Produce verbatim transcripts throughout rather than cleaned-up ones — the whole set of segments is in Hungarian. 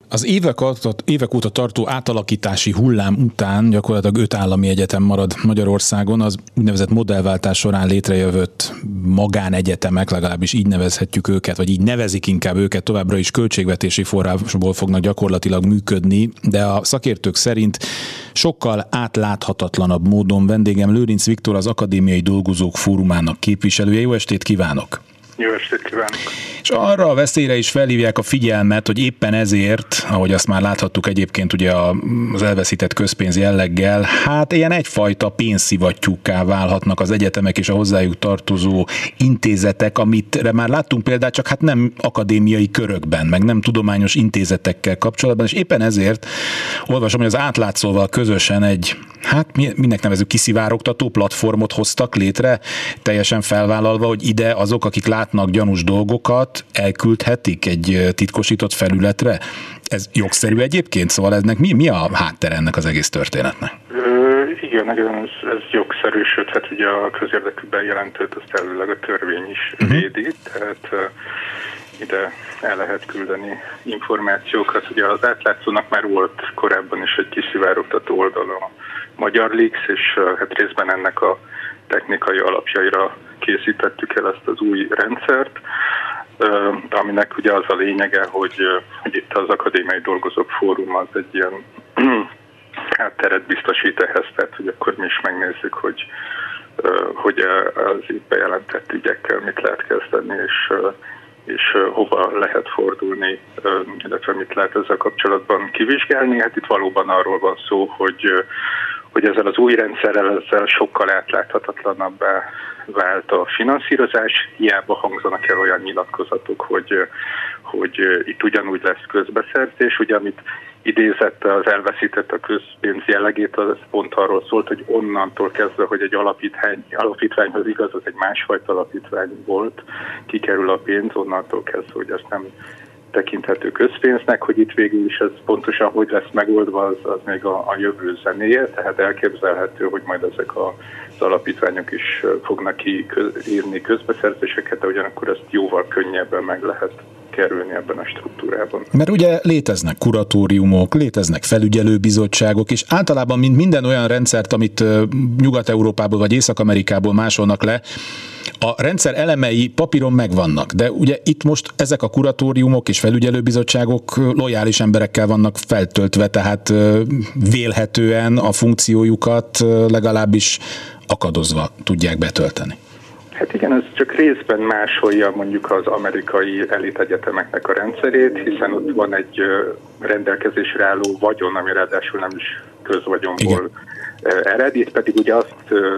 Az évek óta, évek óta tartó átalakítási hullám után gyakorlatilag öt állami egyetem marad Magyarországon, az úgynevezett modellváltás során létrejövött magánegyetemek, legalábbis így nevezhetjük őket, vagy így nevezik inkább őket, továbbra is költségvetési forrásból fognak gyakorlatilag működni, de a szakértők szerint sokkal átláthatatlanabb módon. Vendégem Lőrinc Viktor, az Akadémiai Dolgozók Fórumának képviselője. Jó estét kívánok! Jó estét kívánok! És arra a veszélyre is felhívják a figyelmet, hogy éppen ezért, ahogy azt már láthattuk egyébként ugye az elveszített közpénz jelleggel, hát ilyen egyfajta pénzszivattyúkká válhatnak az egyetemek és a hozzájuk tartozó intézetek, amit már láttunk példát, csak hát nem akadémiai körökben, meg nem tudományos intézetekkel kapcsolatban, és éppen ezért olvasom, hogy az Átlátszóval közösen egy, hát minek nevező kiszivárogtató platformot hoztak létre, teljesen felvállalva, hogy ide azok, akik látnak gyanús dolgokat, elküldhetik egy titkosított felületre? Ez jogszerű egyébként? Szóval ennek mi, mi a háttere ennek az egész történetnek? Ö, igen, ez, ez jogszerű, sőt, hát ugye a közérdekű bejelentőt azt előleg a törvény is uh-huh. védi, tehát uh, ide el lehet küldeni információkat. Ugye az Átlátszónak már volt korábban is egy kiszivárogtató oldala, a Magyar Leaks, és uh, hát részben ennek a technikai alapjaira készítettük el ezt az új rendszert, aminek ugye az a lényege, hogy, hogy itt az Akadémiai Dolgozók Fórum az egy ilyen hátteret biztosít ehhez, tehát hogy akkor mi is megnézzük, hogy, hogy az itt bejelentett ügyekkel mit lehet kezdeni, és, és hova lehet fordulni, illetve mit lehet ezzel kapcsolatban kivizsgálni. Hát itt valóban arról van szó, hogy hogy ezzel az új rendszerrel ezzel sokkal átláthatatlanabbá vált a finanszírozás, hiába hangzanak el olyan nyilatkozatok, hogy, hogy itt ugyanúgy lesz közbeszerzés, ugye amit idézett az elveszített a közpénz jellegét, az pont arról szólt, hogy onnantól kezdve, hogy egy alapítvány, alapítványhoz igaz, az egy másfajta alapítvány volt, kikerül a pénz, onnantól kezdve, hogy ezt nem tekinthető közpénznek, hogy itt végül is ez pontosan hogy lesz megoldva, az, az még a, a jövő zenéje, tehát elképzelhető, hogy majd ezek a, az alapítványok is fognak kiírni közbeszerzéseket, de ugyanakkor ezt jóval könnyebben meg lehet kerülni ebben a struktúrában. Mert ugye léteznek kuratóriumok, léteznek felügyelőbizottságok, és általában mint minden olyan rendszert, amit Nyugat-Európából vagy Észak-Amerikából másolnak le, a rendszer elemei papíron megvannak, de ugye itt most ezek a kuratóriumok és felügyelőbizottságok lojális emberekkel vannak feltöltve, tehát vélhetően a funkciójukat legalábbis akadozva tudják betölteni. Hát igen, ez csak részben másolja mondjuk az amerikai elitegyetemeknek a rendszerét, hiszen ott van egy rendelkezésre álló vagyon, ami ráadásul nem is közvagyonból ered, itt pedig ugye azt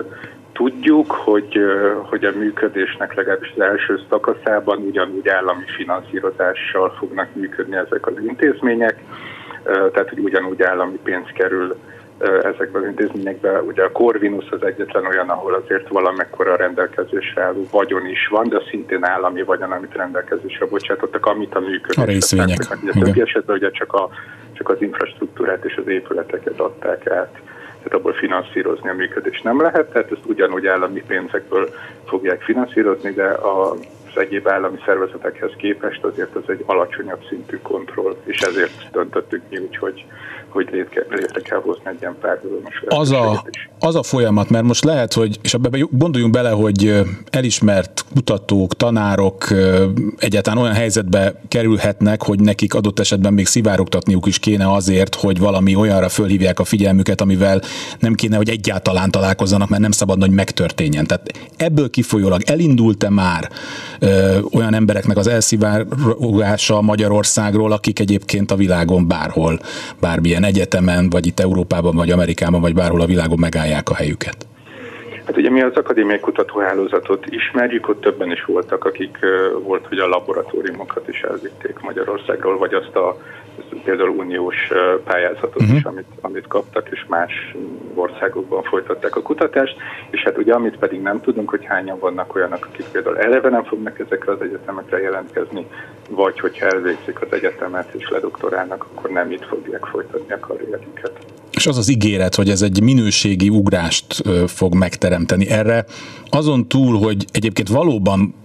tudjuk, hogy, hogy a működésnek legalábbis az első szakaszában ugyanúgy állami finanszírozással fognak működni ezek az intézmények, tehát hogy ugyanúgy állami pénz kerül ezekben az intézményekben. Ugye a Corvinus az egyetlen olyan, ahol azért valamekkora rendelkezésre álló vagyon is van, de szintén állami vagyon, amit rendelkezésre bocsátottak, amit a működésre. A részvények. Ugye többi esetben ugye csak, a, csak az infrastruktúrát és az épületeket adták át. Tehát abból finanszírozni a működést nem lehet, tehát ezt ugyanúgy állami pénzekből fogják finanszírozni, de a az egyéb állami szervezetekhez képest azért az egy alacsonyabb szintű kontroll, és ezért döntöttük mi úgy, hogy, hogy létre kell hozni egy ilyen párhuzamos az a, az a folyamat, mert most lehet, hogy, és abban gondoljunk bele, hogy elismert kutatók, tanárok egyáltalán olyan helyzetbe kerülhetnek, hogy nekik adott esetben még szivárogtatniuk is kéne azért, hogy valami olyanra fölhívják a figyelmüket, amivel nem kéne, hogy egyáltalán találkozzanak, mert nem szabadna, hogy megtörténjen. Tehát ebből kifolyólag elindult-e már ö, olyan embereknek az elszivárgása Magyarországról, akik egyébként a világon bárhol, bármilyen egyetemen, vagy itt Európában, vagy Amerikában, vagy bárhol a világon megállják a helyüket? Hát ugye mi az akadémiai kutatóhálózatot ismerjük, ott többen is voltak, akik uh, volt, hogy a laboratóriumokat is elvitték Magyarországról, vagy azt a például uniós uh, pályázatot uh-huh. is, amit, amit kaptak, és más országokban folytatták a kutatást, és hát ugye amit pedig nem tudunk, hogy hányan vannak olyanok, akik például eleve nem fognak ezekre az egyetemekre jelentkezni, vagy hogyha elvégzik az egyetemet és ledoktorálnak, akkor nem itt fogják folytatni a karrierüket. És az az ígéret, hogy ez egy minőségi ugrást fog megteremteni. Erre azon túl, hogy egyébként valóban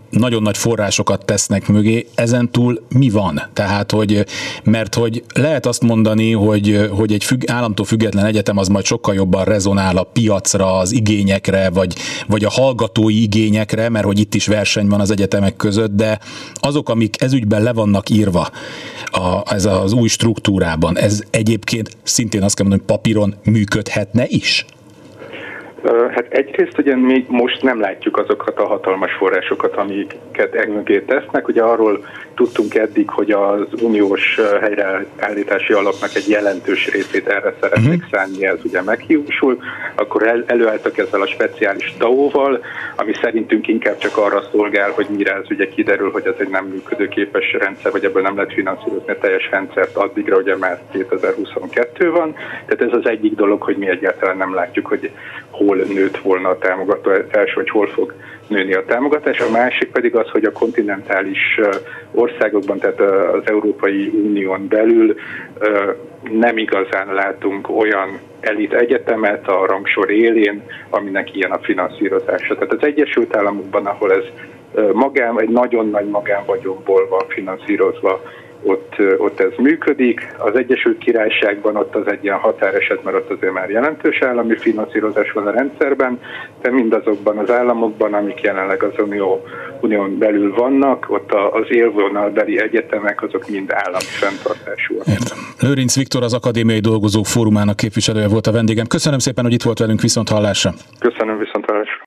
nagyon nagy forrásokat tesznek mögé, ezen túl mi van? Tehát, hogy, mert hogy lehet azt mondani, hogy, hogy egy függ, államtól független egyetem az majd sokkal jobban rezonál a piacra, az igényekre, vagy, vagy a hallgatói igényekre, mert hogy itt is verseny van az egyetemek között, de azok, amik ezügyben le vannak írva a, ez az új struktúrában, ez egyébként szintén azt kell mondani, hogy papíron működhetne is? Hát egyrészt ugye mi most nem látjuk azokat a hatalmas forrásokat, amiket emögé tesznek. Ugye arról tudtunk eddig, hogy az uniós helyreállítási alapnak egy jelentős részét erre szeretnék uh-huh. szánni, ez ugye meghiúsul. Akkor el, előálltak ezzel a speciális té á o-val, ami szerintünk inkább csak arra szolgál, hogy mire ez ugye kiderül, hogy ez egy nem működőképes rendszer, vagy ebből nem lehet finanszírozni a teljes rendszert addigra, ugye már kétezer-huszonkettő van. Tehát ez az egyik dolog, hogy mi egyáltalán nem látjuk, hogy hol nőtt volna a támogatás, vagy hol fog nőni a támogatás. A másik pedig az, hogy a kontinentális országokban, tehát az Európai Unión belül nem igazán látunk olyan elit egyetemet a rangsor élén, aminek ilyen a finanszírozása. Tehát az Egyesült Államokban, ahol ez magán, egy nagyon nagy magánvagyonból van finanszírozva, Ott, ott ez működik. Az Egyesült Királyságban ott az egy ilyen határeset, mert ott azért már jelentős állami finanszírozás van a rendszerben, de mindazokban az államokban, amik jelenleg az Unió, Unión belül vannak, ott az élvonalbeli egyetemek, azok mind állami fenntartásúak. Értem. Lőrinc Viktor, az Akadémiai Dolgozók Fórumának képviselője volt a vendégem. Köszönöm szépen, hogy itt volt velünk, viszont hallásra. Köszönöm, viszont hallásra.